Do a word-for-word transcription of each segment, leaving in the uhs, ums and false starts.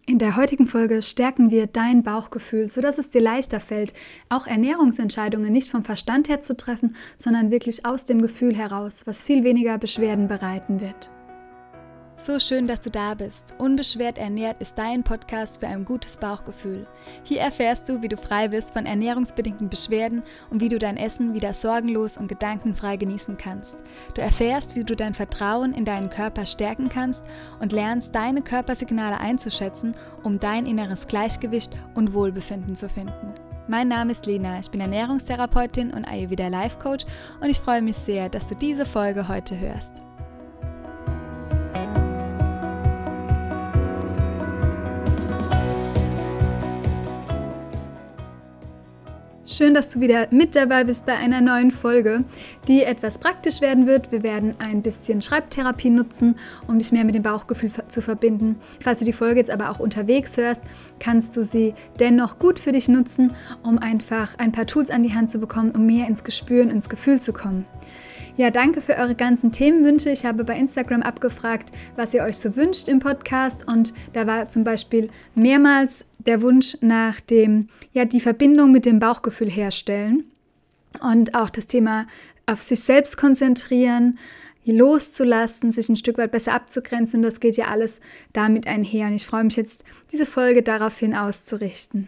In der heutigen Folge stärken wir dein Bauchgefühl, sodass es dir leichter fällt, auch Ernährungsentscheidungen nicht vom Verstand her zu treffen, sondern wirklich aus dem Gefühl heraus, was viel weniger Beschwerden bereiten wird. So schön, dass du da bist. Unbeschwert ernährt ist dein Podcast für ein gutes Bauchgefühl. Hier erfährst du, wie du frei bist von ernährungsbedingten Beschwerden und wie du dein Essen wieder sorgenlos und gedankenfrei genießen kannst. Du erfährst, wie du dein Vertrauen in deinen Körper stärken kannst und lernst, deine Körpersignale einzuschätzen, um dein inneres Gleichgewicht und Wohlbefinden zu finden. Mein Name ist Lena, ich bin Ernährungstherapeutin und Ayurveda Life Coach und ich freue mich sehr, dass du diese Folge heute hörst. Schön, dass du wieder mit dabei bist bei einer neuen Folge, die etwas praktisch werden wird. Wir werden ein bisschen Schreibtherapie nutzen, um dich mehr mit dem Bauchgefühl zu verbinden. Falls du die Folge jetzt aber auch unterwegs hörst, kannst du sie dennoch gut für dich nutzen, um einfach ein paar Tools an die Hand zu bekommen, um mehr ins Gespür und ins Gefühl zu kommen. Ja, danke für eure ganzen Themenwünsche. Ich habe bei Instagram abgefragt, was ihr euch so wünscht im Podcast, und da war zum Beispiel mehrmals der Wunsch nach dem, ja, die Verbindung mit dem Bauchgefühl herstellen und auch das Thema auf sich selbst konzentrieren, loszulassen, sich ein Stück weit besser abzugrenzen. Das geht ja alles damit einher und ich freue mich jetzt, diese Folge daraufhin auszurichten.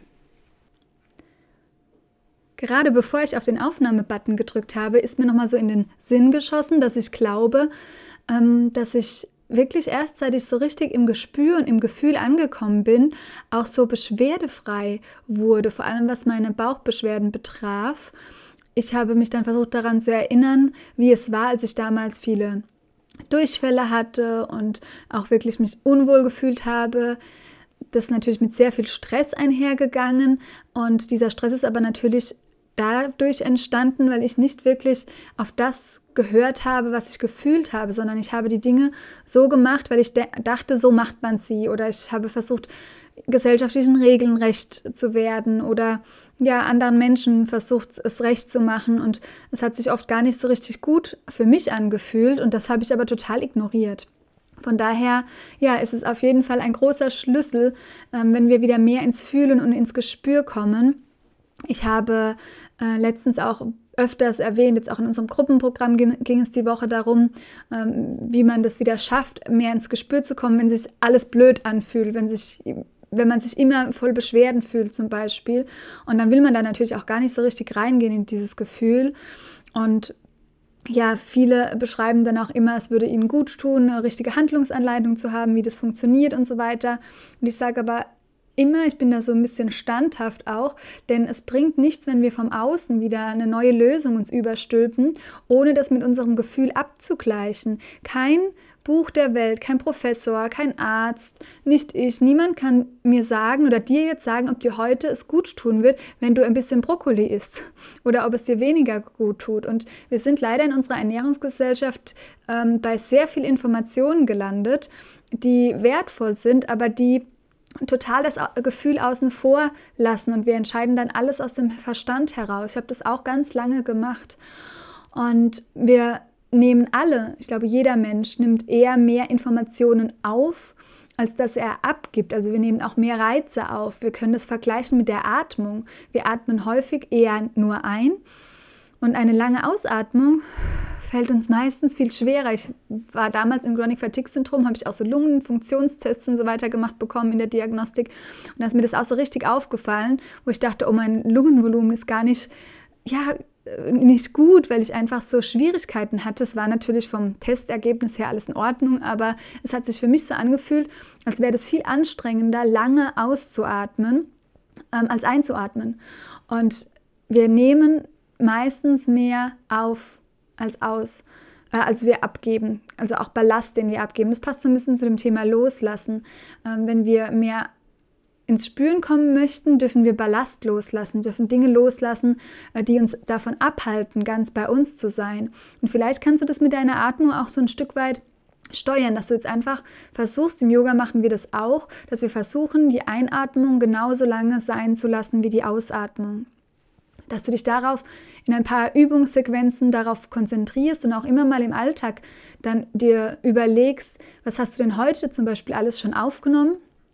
Gerade bevor ich auf den Aufnahme-Button gedrückt habe, ist mir nochmal so in den Sinn geschossen, dass ich glaube, ähm, dass ich wirklich erst seit ich so richtig im Gespür und im Gefühl angekommen bin, auch so beschwerdefrei wurde, vor allem was meine Bauchbeschwerden betraf. Ich habe mich dann versucht daran zu erinnern, wie es war, als ich damals viele Durchfälle hatte und auch wirklich mich unwohl gefühlt habe. Das ist natürlich mit sehr viel Stress einhergegangen und dieser Stress ist aber natürlich dadurch entstanden, weil ich nicht wirklich auf das gehört habe, was ich gefühlt habe, sondern ich habe die Dinge so gemacht, weil ich de- dachte, so macht man sie, oder ich habe versucht, gesellschaftlichen Regeln recht zu werden oder ja, anderen Menschen versucht, es recht zu machen, und es hat sich oft gar nicht so richtig gut für mich angefühlt und das habe ich aber total ignoriert. Von daher, ja, ist es auf jeden Fall ein großer Schlüssel, ähm, wenn wir wieder mehr ins Fühlen und ins Gespür kommen. Ich habe äh, letztens auch öfters erwähnt, jetzt auch in unserem Gruppenprogramm ging, ging es die Woche darum, ähm, wie man das wieder schafft, mehr ins Gespür zu kommen, wenn sich alles blöd anfühlt, wenn sich, wenn man sich immer voll Beschwerden fühlt zum Beispiel. Und dann will man da natürlich auch gar nicht so richtig reingehen in dieses Gefühl. Und ja, viele beschreiben dann auch immer, es würde ihnen gut tun, eine richtige Handlungsanleitung zu haben, wie das funktioniert und so weiter. Und ich sage aber immer, ich bin da so ein bisschen standhaft auch, denn es bringt nichts, wenn wir vom Außen wieder eine neue Lösung uns überstülpen, ohne das mit unserem Gefühl abzugleichen. Kein Buch der Welt, kein Professor, kein Arzt, nicht ich, niemand kann mir sagen oder dir jetzt sagen, ob dir heute es gut tun wird, wenn du ein bisschen Brokkoli isst oder ob es dir weniger gut tut. Und wir sind leider in unserer Ernährungsgesellschaft ähm, bei sehr viel Informationen gelandet, die wertvoll sind, aber die total das Gefühl außen vor lassen, und wir entscheiden dann alles aus dem Verstand heraus. Ich habe das auch ganz lange gemacht und wir nehmen alle, ich glaube jeder Mensch nimmt eher mehr Informationen auf, als dass er abgibt. Also wir nehmen auch mehr Reize auf. Wir können das vergleichen mit der Atmung. Wir atmen häufig eher nur ein und eine lange Ausatmung fällt uns meistens viel schwerer. Ich war damals im Chronic Fatigue Syndrom, habe ich auch so Lungenfunktionstests und so weiter gemacht bekommen in der Diagnostik. Und da ist mir das auch so richtig aufgefallen, wo ich dachte, oh, mein Lungenvolumen ist gar nicht, ja, nicht gut, weil ich einfach so Schwierigkeiten hatte. Es war natürlich vom Testergebnis her alles in Ordnung, aber es hat sich für mich so angefühlt, als wäre das viel anstrengender, lange auszuatmen, ähm, als einzuatmen. Und wir nehmen meistens mehr auf als aus, äh, als wir abgeben. Also auch Ballast, den wir abgeben. Das passt so ein bisschen zu dem Thema Loslassen. Ähm, wenn wir mehr ins Spüren kommen möchten, dürfen wir Ballast loslassen, dürfen Dinge loslassen, äh, die uns davon abhalten, ganz bei uns zu sein. Und vielleicht kannst du das mit deiner Atmung auch so ein Stück weit steuern, dass du jetzt einfach versuchst, im Yoga machen wir das auch, dass wir versuchen, die Einatmung genauso lange sein zu lassen wie die Ausatmung. Dass du dich darauf in ein paar Übungssequenzen darauf konzentrierst und auch immer mal im Alltag dann dir überlegst, was hast du denn heute zum Beispiel alles schon aufgenommen?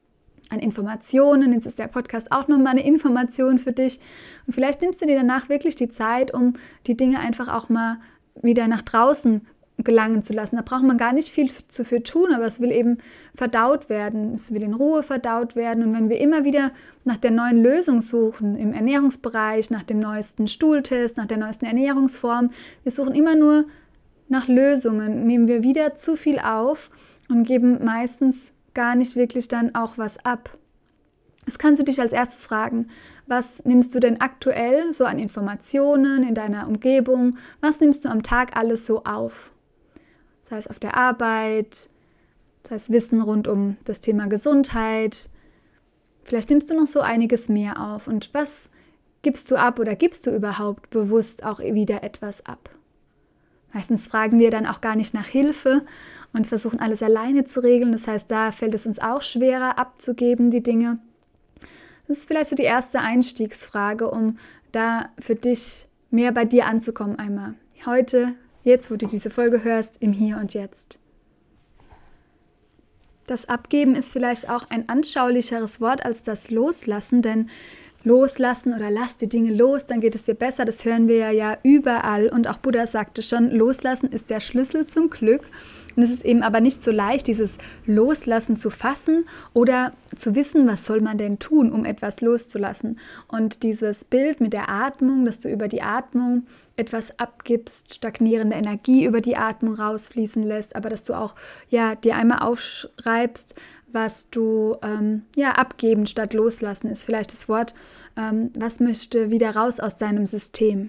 an Informationen. Jetzt ist der Podcast auch nochmal eine Information für dich. Und vielleicht nimmst du dir danach wirklich die Zeit, um die Dinge einfach auch mal wieder nach draußen gelangen zu lassen. Da braucht man gar nicht viel zu für tun, aber es will eben verdaut werden. Es will in Ruhe verdaut werden. Und wenn wir immer wieder nach der neuen Lösung suchen, im Ernährungsbereich, nach dem neuesten Stuhltest, nach der neuesten Ernährungsform, wir suchen immer nur nach Lösungen, nehmen wir wieder zu viel auf und geben meistens gar nicht wirklich dann auch was ab. Das kannst du dich als erstes fragen, was nimmst du denn aktuell so an Informationen in deiner Umgebung, was nimmst du am Tag alles so auf? Sei es auf der Arbeit, sei es Wissen rund um das Thema Gesundheit, vielleicht nimmst du noch so einiges mehr auf und was gibst du ab oder gibst du überhaupt bewusst auch wieder etwas ab? Meistens fragen wir dann auch gar nicht nach Hilfe und versuchen alles alleine zu regeln. Das heißt, da fällt es uns auch schwerer abzugeben, die Dinge. Das ist vielleicht so die erste Einstiegsfrage, um da für dich mehr bei dir anzukommen einmal. Heute, jetzt, wo du diese Folge hörst, im Hier und Jetzt. Das Abgeben ist vielleicht auch ein anschaulicheres Wort als das Loslassen, denn loslassen oder lass die Dinge los, dann geht es dir besser. Das hören wir ja, ja überall. Und auch Buddha sagte schon, loslassen ist der Schlüssel zum Glück. Und es ist eben aber nicht so leicht, dieses Loslassen zu fassen oder zu wissen, was soll man denn tun, um etwas loszulassen. Und dieses Bild mit der Atmung, dass du über die Atmung etwas abgibst, stagnierende Energie über die Atmung rausfließen lässt, aber dass du auch ja, dir einmal aufschreibst, was du ähm, ja, abgeben statt loslassen, ist vielleicht das Wort, ähm, was möchte wieder raus aus deinem System.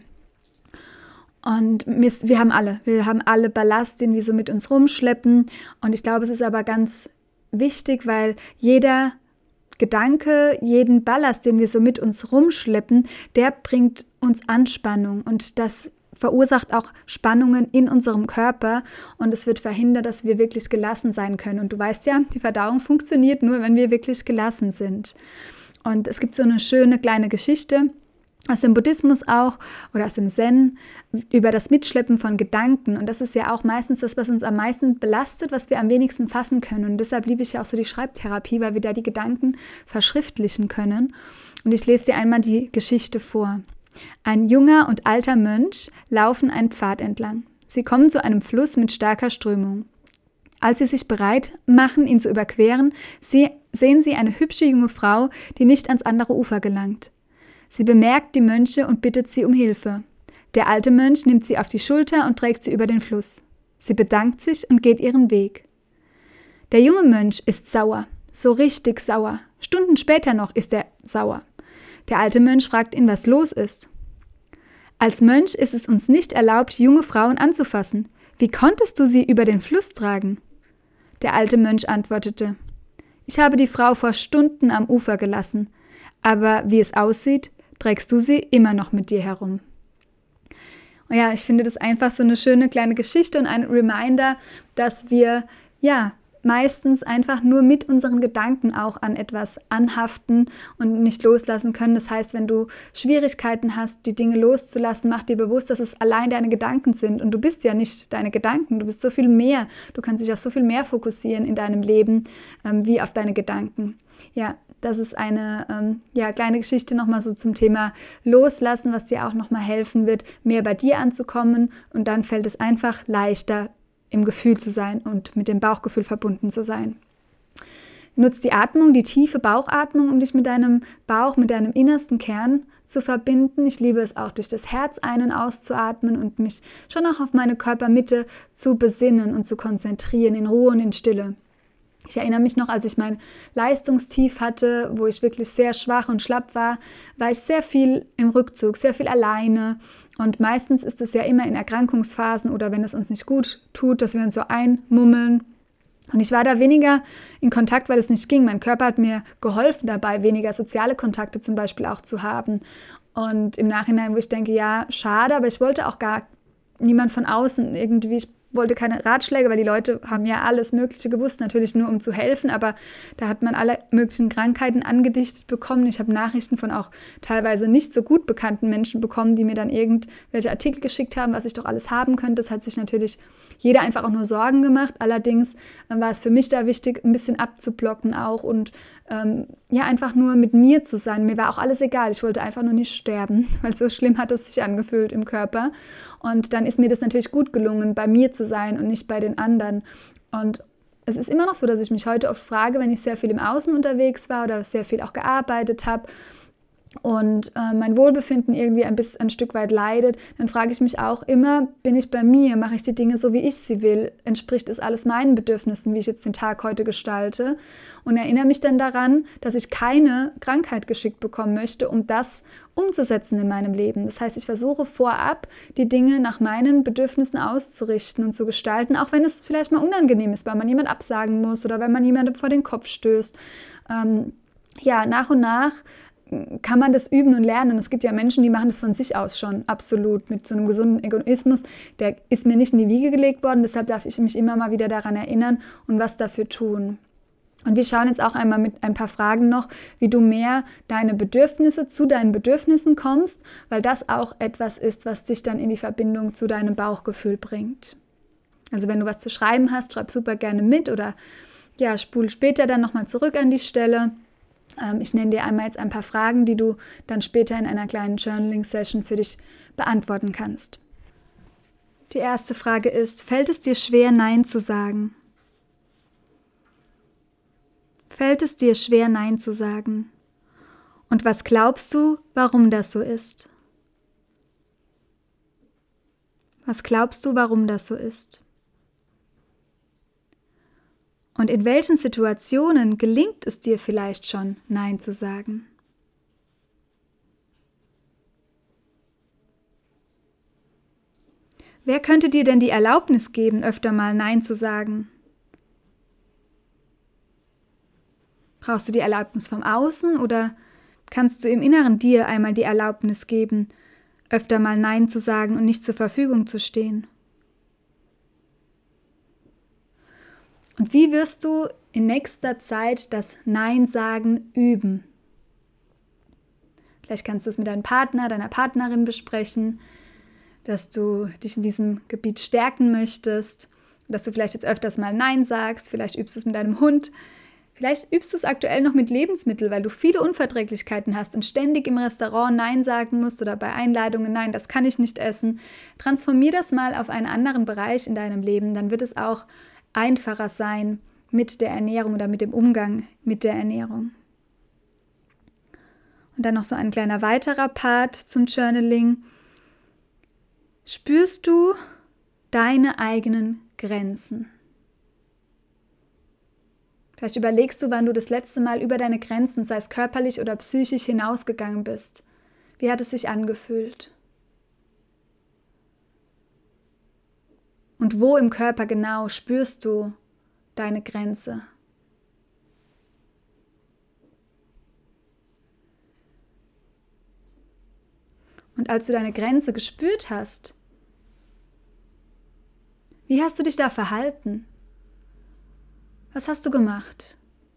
Und wir haben alle, wir haben alle Ballast, den wir so mit uns rumschleppen. Und ich glaube, es ist aber ganz wichtig, weil jeder Gedanke, jeden Ballast, den wir so mit uns rumschleppen, der bringt uns Anspannung. Und das verursacht auch Spannungen in unserem Körper und es wird verhindert, dass wir wirklich gelassen sein können. Und du weißt ja, die Verdauung funktioniert nur, wenn wir wirklich gelassen sind. Und es gibt so eine schöne kleine Geschichte aus dem Buddhismus auch oder aus dem Zen über das Mitschleppen von Gedanken. Und das ist ja auch meistens das, was uns am meisten belastet, was wir am wenigsten fassen können. Und deshalb liebe ich ja auch so die Schreibtherapie, weil wir da die Gedanken verschriftlichen können. Und ich lese dir einmal die Geschichte vor. Ein junger und alter Mönch laufen einen Pfad entlang. Sie kommen zu einem Fluss mit starker Strömung. Als sie sich bereit machen, ihn zu überqueren, sie, sehen sie eine hübsche junge Frau, die nicht ans andere Ufer gelangt. Sie bemerkt die Mönche und bittet sie um Hilfe. Der alte Mönch nimmt sie auf die Schulter und trägt sie über den Fluss. Sie bedankt sich und geht ihren Weg. Der junge Mönch ist sauer, so richtig sauer. Stunden später noch ist er sauer. Der alte Mönch fragt ihn, was los ist. Als Mönch ist es uns nicht erlaubt, junge Frauen anzufassen. Wie konntest du sie über den Fluss tragen? Der alte Mönch antwortete, ich habe die Frau vor Stunden am Ufer gelassen, aber wie es aussieht, trägst du sie immer noch mit dir herum. Und ja, ich finde das einfach so eine schöne kleine Geschichte und ein Reminder, dass wir ja meistens einfach nur mit unseren Gedanken auch an etwas anhaften und nicht loslassen können. Das heißt, wenn du Schwierigkeiten hast, die Dinge loszulassen, mach dir bewusst, dass es allein deine Gedanken sind. Und du bist ja nicht deine Gedanken, du bist so viel mehr. Du kannst dich auf so viel mehr fokussieren in deinem Leben, ähm, wie auf deine Gedanken. Ja, das ist eine ähm, ja, kleine Geschichte nochmal so zum Thema Loslassen, was dir auch nochmal helfen wird, mehr bei dir anzukommen. Und dann fällt es einfach leichter, im Gefühl zu sein und mit dem Bauchgefühl verbunden zu sein. Nutz die Atmung, die tiefe Bauchatmung, um dich mit deinem Bauch, mit deinem innersten Kern zu verbinden. Ich liebe es auch, durch das Herz ein- und auszuatmen und mich schon auch auf meine Körpermitte zu besinnen und zu konzentrieren, in Ruhe und in Stille. Ich erinnere mich noch, als ich mein Leistungstief hatte, wo ich wirklich sehr schwach und schlapp war, war ich sehr viel im Rückzug, sehr viel alleine. Und meistens ist es ja immer in Erkrankungsphasen oder wenn es uns nicht gut tut, dass wir uns so einmummeln. Und ich war da weniger in Kontakt, weil es nicht ging. Mein Körper hat mir geholfen dabei, weniger soziale Kontakte zum Beispiel auch zu haben. Und im Nachhinein, wo ich denke, ja, schade, aber ich wollte auch gar niemand von außen irgendwie, ich wollte keine Ratschläge, weil die Leute haben ja alles Mögliche gewusst, natürlich nur um zu helfen, aber da hat man alle möglichen Krankheiten angedichtet bekommen. Ich habe Nachrichten von auch teilweise nicht so gut bekannten Menschen bekommen, die mir dann irgendwelche Artikel geschickt haben, was ich doch alles haben könnte. Das hat sich natürlich jeder einfach auch nur Sorgen gemacht. Allerdings war es für mich da wichtig, ein bisschen abzublocken auch und ähm, ja, einfach nur mit mir zu sein. Mir war auch alles egal, ich wollte einfach nur nicht sterben, weil so schlimm hat es sich angefühlt im Körper. Und dann ist mir das natürlich gut gelungen, bei mir zu sein und nicht bei den anderen. Und es ist immer noch so, dass ich mich heute oft frage, wenn ich sehr viel im Außen unterwegs war oder sehr viel auch gearbeitet habe, und äh, mein Wohlbefinden irgendwie ein bisschen ein Stück weit leidet, dann frage ich mich auch immer, bin ich bei mir, mache ich die Dinge so, wie ich sie will, entspricht es alles meinen Bedürfnissen, wie ich jetzt den Tag heute gestalte, und erinnere mich dann daran, dass ich keine Krankheit geschickt bekommen möchte, um das umzusetzen in meinem Leben. Das heißt, ich versuche vorab, die Dinge nach meinen Bedürfnissen auszurichten und zu gestalten, auch wenn es vielleicht mal unangenehm ist, weil man jemand absagen muss oder wenn man jemandem vor den Kopf stößt. Ähm, ja, nach und nach kann man das üben und lernen. Es gibt ja Menschen, die machen das von sich aus schon absolut mit so einem gesunden Egoismus. Der ist mir nicht in die Wiege gelegt worden, deshalb darf ich mich immer mal wieder daran erinnern und was dafür tun. Und wir schauen jetzt auch einmal mit ein paar Fragen noch, wie du mehr deine Bedürfnisse zu deinen Bedürfnissen kommst, weil das auch etwas ist, was dich dann in die Verbindung zu deinem Bauchgefühl bringt. Also wenn du was zu schreiben hast, schreib super gerne mit oder ja, spul später dann nochmal zurück an die Stelle. Ich nenne dir einmal jetzt ein paar Fragen, die du dann später in einer kleinen Journaling-Session für dich beantworten kannst. Die erste Frage ist, fällt es dir schwer, Nein zu sagen? Fällt es dir schwer, Nein zu sagen? Und was glaubst du, warum das so ist? Was glaubst du, warum das so ist? Und in welchen Situationen gelingt es dir vielleicht schon, Nein zu sagen? Wer könnte dir denn die Erlaubnis geben, öfter mal Nein zu sagen? Brauchst du die Erlaubnis vom Außen oder kannst du im Inneren dir einmal die Erlaubnis geben, öfter mal Nein zu sagen und nicht zur Verfügung zu stehen? Und wie wirst du in nächster Zeit das Nein-Sagen üben? Vielleicht kannst du es mit deinem Partner, deiner Partnerin besprechen, dass du dich in diesem Gebiet stärken möchtest, dass du vielleicht jetzt öfters mal Nein sagst, vielleicht übst du es mit deinem Hund, vielleicht übst du es aktuell noch mit Lebensmitteln, weil du viele Unverträglichkeiten hast und ständig im Restaurant Nein sagen musst oder bei Einladungen, nein, das kann ich nicht essen. Transformier das mal auf einen anderen Bereich in deinem Leben, dann wird es auch einfacher sein mit der Ernährung oder mit dem Umgang mit der Ernährung. Und dann noch so ein kleiner weiterer Part zum Journaling. Spürst du deine eigenen Grenzen? Vielleicht überlegst du, wann du das letzte Mal über deine Grenzen, sei es körperlich oder psychisch, hinausgegangen bist. Wie hat es sich angefühlt? Und wo im Körper genau spürst du deine Grenze? Und als du deine Grenze gespürt hast, wie hast du dich da verhalten? Was hast du gemacht?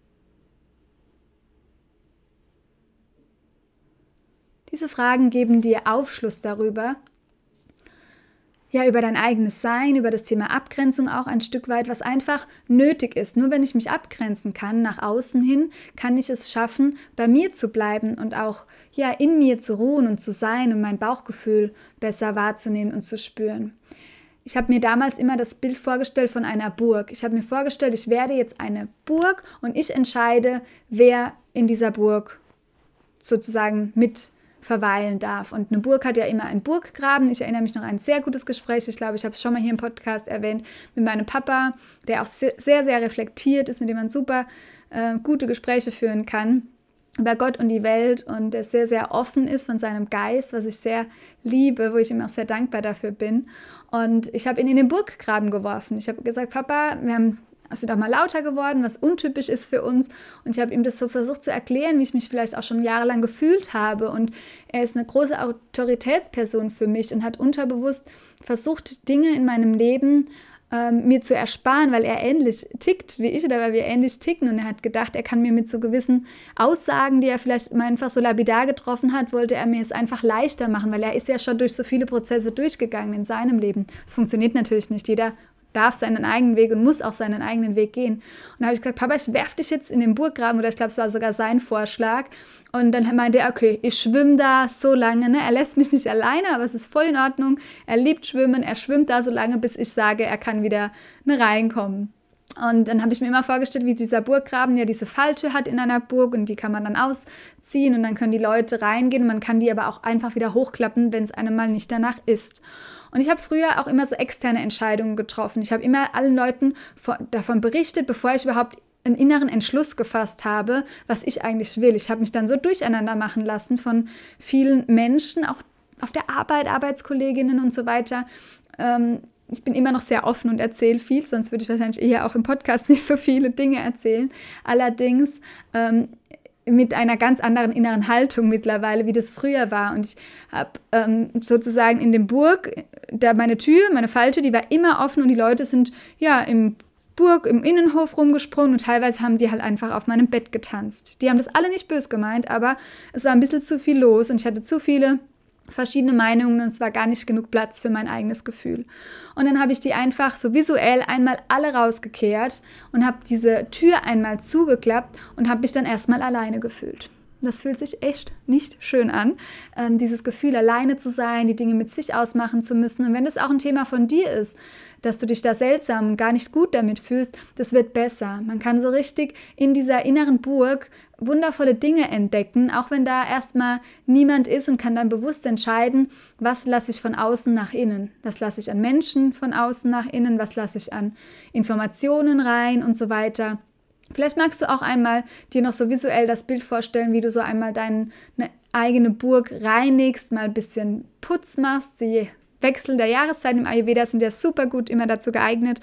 Diese Fragen geben dir Aufschluss darüber, ja, über dein eigenes Sein, über das Thema Abgrenzung auch ein Stück weit, was einfach nötig ist. Nur wenn ich mich abgrenzen kann, nach außen hin, kann ich es schaffen, bei mir zu bleiben und auch ja, in mir zu ruhen und zu sein und mein Bauchgefühl besser wahrzunehmen und zu spüren. Ich habe mir damals immer das Bild vorgestellt von einer Burg. Ich habe mir vorgestellt, ich werde jetzt eine Burg und ich entscheide, wer in dieser Burg sozusagen mit verweilen darf. Und eine Burg hat ja immer einen Burggraben. Ich erinnere mich noch an ein sehr gutes Gespräch, ich glaube, ich habe es schon mal hier im Podcast erwähnt, mit meinem Papa, der auch sehr, sehr reflektiert ist, mit dem man super äh, gute Gespräche führen kann über Gott und die Welt und der sehr, sehr offen ist von seinem Geist, was ich sehr liebe, wo ich ihm auch sehr dankbar dafür bin. Und ich habe ihn in den Burggraben geworfen. Ich habe gesagt, Papa, wir haben Es ist auch mal lauter geworden, was untypisch ist für uns. Und ich habe ihm das so versucht zu erklären, wie ich mich vielleicht auch schon jahrelang gefühlt habe. Und er ist eine große Autoritätsperson für mich und hat unterbewusst versucht, Dinge in meinem Leben ähm, mir zu ersparen, weil er ähnlich tickt wie ich oder weil wir ähnlich ticken. Und er hat gedacht, er kann mir mit so gewissen Aussagen, die er vielleicht mal einfach so lapidar getroffen hat, wollte er mir es einfach leichter machen, weil er ist ja schon durch so viele Prozesse durchgegangen in seinem Leben. Das funktioniert natürlich nicht. Jeder darf seinen eigenen Weg und muss auch seinen eigenen Weg gehen. Und dann habe ich gesagt, Papa, ich werfe dich jetzt in den Burggraben, oder ich glaube, es war sogar sein Vorschlag. Und dann meinte er, okay, ich schwimme da so lange, ne? Er lässt mich nicht alleine, aber es ist voll in Ordnung. Er liebt Schwimmen, er schwimmt da so lange, bis ich sage, er kann wieder ne, reinkommen. Und dann habe ich mir immer vorgestellt, wie dieser Burggraben ja diese Falltür hat in einer Burg und die kann man dann ausziehen und dann können die Leute reingehen. Man kann die aber auch einfach wieder hochklappen, wenn es einem mal nicht danach ist. Und ich habe früher auch immer so externe Entscheidungen getroffen. Ich habe immer allen Leuten davon berichtet, bevor ich überhaupt einen inneren Entschluss gefasst habe, was ich eigentlich will. Ich habe mich dann so durcheinander machen lassen von vielen Menschen, auch auf der Arbeit, Arbeitskolleginnen und so weiter. Ähm, ich bin immer noch sehr offen und erzähle viel, sonst würde ich wahrscheinlich eher auch im Podcast nicht so viele Dinge erzählen. Allerdings ähm, mit einer ganz anderen inneren Haltung mittlerweile, wie das früher war. Und ich habe ähm, sozusagen in dem Burg, da meine Tür, meine Falltür, die war immer offen und die Leute sind ja im Burg, im Innenhof rumgesprungen und teilweise haben die halt einfach auf meinem Bett getanzt. Die haben das alle nicht böse gemeint, aber es war ein bisschen zu viel los und ich hatte zu viele verschiedene Meinungen und es war gar nicht genug Platz für mein eigenes Gefühl. Und dann habe ich die einfach so visuell einmal alle rausgekehrt und habe diese Tür einmal zugeklappt und habe mich dann erstmal alleine gefühlt. Das fühlt sich echt nicht schön an, ähm, dieses Gefühl, alleine zu sein, die Dinge mit sich ausmachen zu müssen. Und wenn das auch ein Thema von dir ist, dass du dich da seltsam und gar nicht gut damit fühlst, das wird besser. Man kann so richtig in dieser inneren Burg wundervolle Dinge entdecken, auch wenn da erstmal niemand ist und kann dann bewusst entscheiden, was lasse ich von außen nach innen, was lasse ich an Menschen von außen nach innen, was lasse ich an Informationen rein und so weiter. Vielleicht magst du auch einmal dir noch so visuell das Bild vorstellen, wie du so einmal deine eigene Burg reinigst, mal ein bisschen Putz machst. Die Wechsel der Jahreszeiten im Ayurveda sind ja super gut immer dazu geeignet.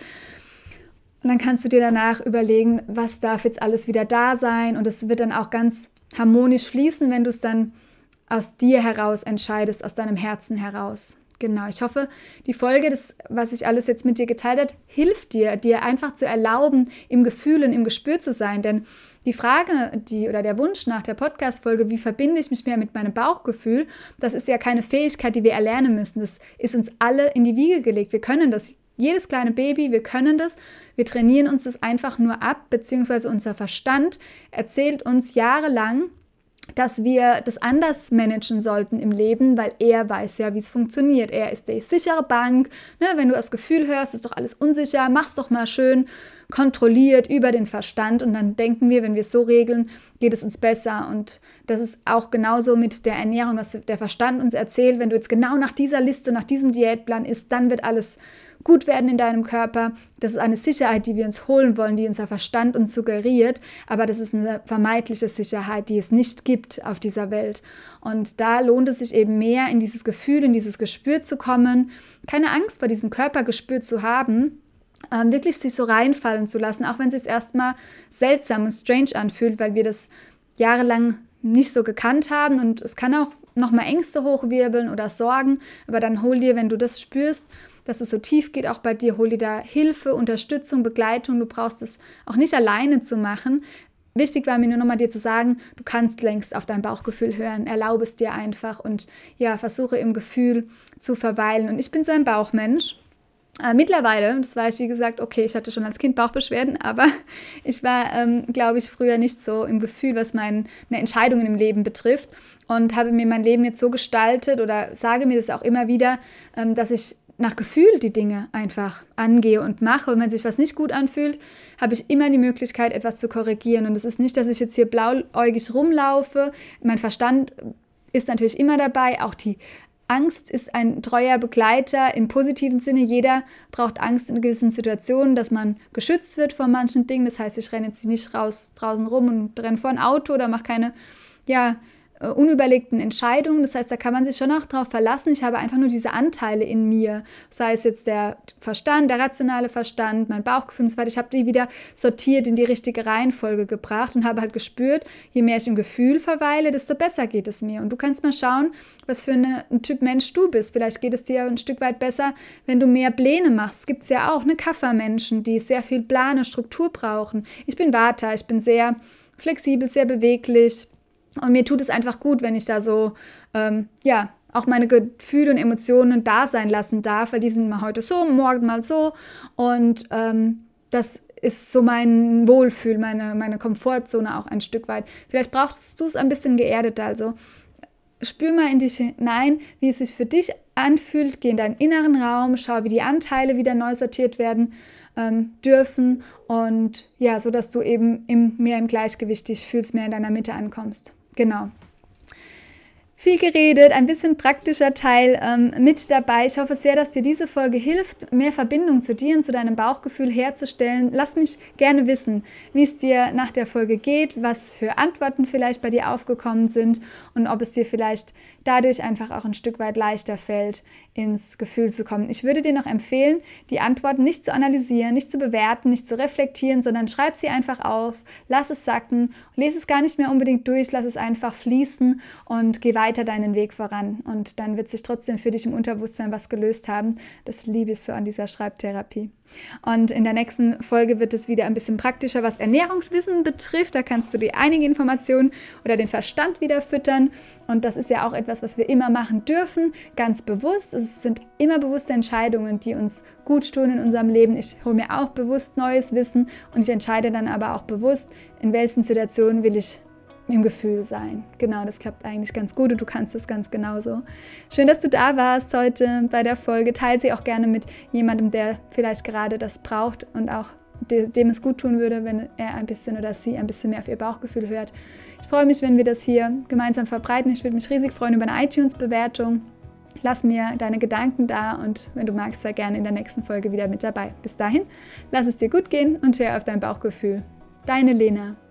Und dann kannst du dir danach überlegen, was darf jetzt alles wieder da sein. Und es wird dann auch ganz harmonisch fließen, wenn du es dann aus dir heraus entscheidest, aus deinem Herzen heraus. Genau, ich hoffe, die Folge, das, was ich alles jetzt mit dir geteilt habe, hilft dir, dir einfach zu erlauben, im Gefühl und im Gespür zu sein. Denn die Frage die, oder der Wunsch nach der Podcast-Folge, wie verbinde ich mich mehr mit meinem Bauchgefühl, das ist ja keine Fähigkeit, die wir erlernen müssen. Das ist uns alle in die Wiege gelegt. Wir können das. Jedes kleine Baby, wir können das. Wir trainieren uns das einfach nur ab, beziehungsweise unser Verstand erzählt uns jahrelang, dass wir das anders managen sollten im Leben, weil er weiß ja, wie es funktioniert. Er ist die sichere Bank. Ne? Wenn du das Gefühl hörst, ist doch alles unsicher, mach's doch mal schön kontrolliert über den Verstand und dann denken wir, wenn wir es so regeln, geht es uns besser. Und das ist auch genauso mit der Ernährung, was der Verstand uns erzählt. Wenn du jetzt genau nach dieser Liste, nach diesem Diätplan isst, dann wird alles gut werden in deinem Körper. Das ist eine Sicherheit, die wir uns holen wollen, die unser Verstand uns suggeriert, aber das ist eine vermeintliche Sicherheit, die es nicht gibt auf dieser Welt. Und da lohnt es sich eben mehr, in dieses Gefühl, in dieses Gespür zu kommen, keine Angst vor diesem Körpergespür zu haben, ähm, wirklich sich so reinfallen zu lassen, auch wenn es sich erstmal seltsam und strange anfühlt, weil wir das jahrelang nicht so gekannt haben und es kann auch nochmal Ängste hochwirbeln oder Sorgen, aber dann hol dir, wenn du das spürst, dass es so tief geht, auch bei dir, hol dir da Hilfe, Unterstützung, Begleitung. Du brauchst es auch nicht alleine zu machen. Wichtig war mir nur nochmal dir zu sagen, du kannst längst auf dein Bauchgefühl hören, erlaube es dir einfach und ja, versuche im Gefühl zu verweilen. Und ich bin so ein Bauchmensch. Äh, mittlerweile, das war ich wie gesagt, okay, ich hatte schon als Kind Bauchbeschwerden, aber ich war, ähm, glaube ich, früher nicht so im Gefühl, was meine Entscheidungen im Leben betrifft und habe mir mein Leben jetzt so gestaltet oder sage mir das auch immer wieder, ähm, dass ich nach Gefühl die Dinge einfach angehe und mache. Und wenn sich was nicht gut anfühlt, habe ich immer die Möglichkeit, etwas zu korrigieren. Und es ist nicht, dass ich jetzt hier blauäugig rumlaufe. Mein Verstand ist natürlich immer dabei. Auch die Angst ist ein treuer Begleiter im positiven Sinne. Jeder braucht Angst in gewissen Situationen, dass man geschützt wird vor manchen Dingen. Das heißt, ich renne jetzt nicht raus draußen rum und renne vor ein Auto oder mache keine, ja, unüberlegten Entscheidungen. Das heißt, da kann man sich schon auch drauf verlassen. Ich habe einfach nur diese Anteile in mir, sei es jetzt der Verstand, der rationale Verstand, mein Bauchgefühl und so weiter. Ich habe die wieder sortiert in die richtige Reihenfolge gebracht und habe halt gespürt, je mehr ich im Gefühl verweile, desto besser geht es mir. Und du kannst mal schauen, was für eine, ein Typ Mensch du bist. Vielleicht geht es dir ein Stück weit besser, wenn du mehr Pläne machst. Es gibt ja auch, ne, Kapha-Menschen, die sehr viel Plane, Struktur brauchen. Ich bin Vata, ich bin sehr flexibel, sehr beweglich. Und mir tut es einfach gut, wenn ich da so, ähm, ja, auch meine Gefühle und Emotionen da sein lassen darf, weil die sind mal heute so, morgen mal so und ähm, das ist so mein Wohlfühl, meine, meine Komfortzone auch ein Stück weit. Vielleicht brauchst du es ein bisschen geerdeter, also spür mal in dich hinein, wie es sich für dich anfühlt, geh in deinen inneren Raum, schau, wie die Anteile wieder neu sortiert werden ähm, dürfen und ja, so dass du eben im, mehr im Gleichgewicht dich fühlst, mehr in deiner Mitte ankommst. Genau. Viel geredet, ein bisschen praktischer Teil ähm, mit dabei. Ich hoffe sehr, dass dir diese Folge hilft, mehr Verbindung zu dir und zu deinem Bauchgefühl herzustellen. Lass mich gerne wissen, wie es dir nach der Folge geht, was für Antworten vielleicht bei dir aufgekommen sind und ob es dir vielleicht dadurch einfach auch ein Stück weit leichter fällt, ins Gefühl zu kommen. Ich würde dir noch empfehlen, die Antworten nicht zu analysieren, nicht zu bewerten, nicht zu reflektieren, sondern schreib sie einfach auf, lass es sacken, lese es gar nicht mehr unbedingt durch, lass es einfach fließen und geh weiter deinen Weg voran. Und dann wird sich trotzdem für dich im Unterbewusstsein was gelöst haben. Das liebe ich so an dieser Schreibtherapie. Und in der nächsten Folge wird es wieder ein bisschen praktischer, was Ernährungswissen betrifft. Da kannst du dir einige Informationen oder den Verstand wieder füttern. Und das ist ja auch etwas, was wir immer machen dürfen, ganz bewusst. Es sind immer bewusste Entscheidungen, die uns gut tun in unserem Leben. Ich hole mir auch bewusst neues Wissen und ich entscheide dann aber auch bewusst, in welchen Situationen will ich im Gefühl sein. Genau, das klappt eigentlich ganz gut und du kannst es ganz genauso. Schön, dass du da warst heute bei der Folge. Teile sie auch gerne mit jemandem, der vielleicht gerade das braucht und auch de- dem es gut tun würde, wenn er ein bisschen oder sie ein bisschen mehr auf ihr Bauchgefühl hört. Ich freue mich, wenn wir das hier gemeinsam verbreiten. Ich würde mich riesig freuen über eine iTunes-Bewertung. Lass mir deine Gedanken da und wenn du magst, sei gerne in der nächsten Folge wieder mit dabei. Bis dahin, lass es dir gut gehen und hör auf dein Bauchgefühl. Deine Lena.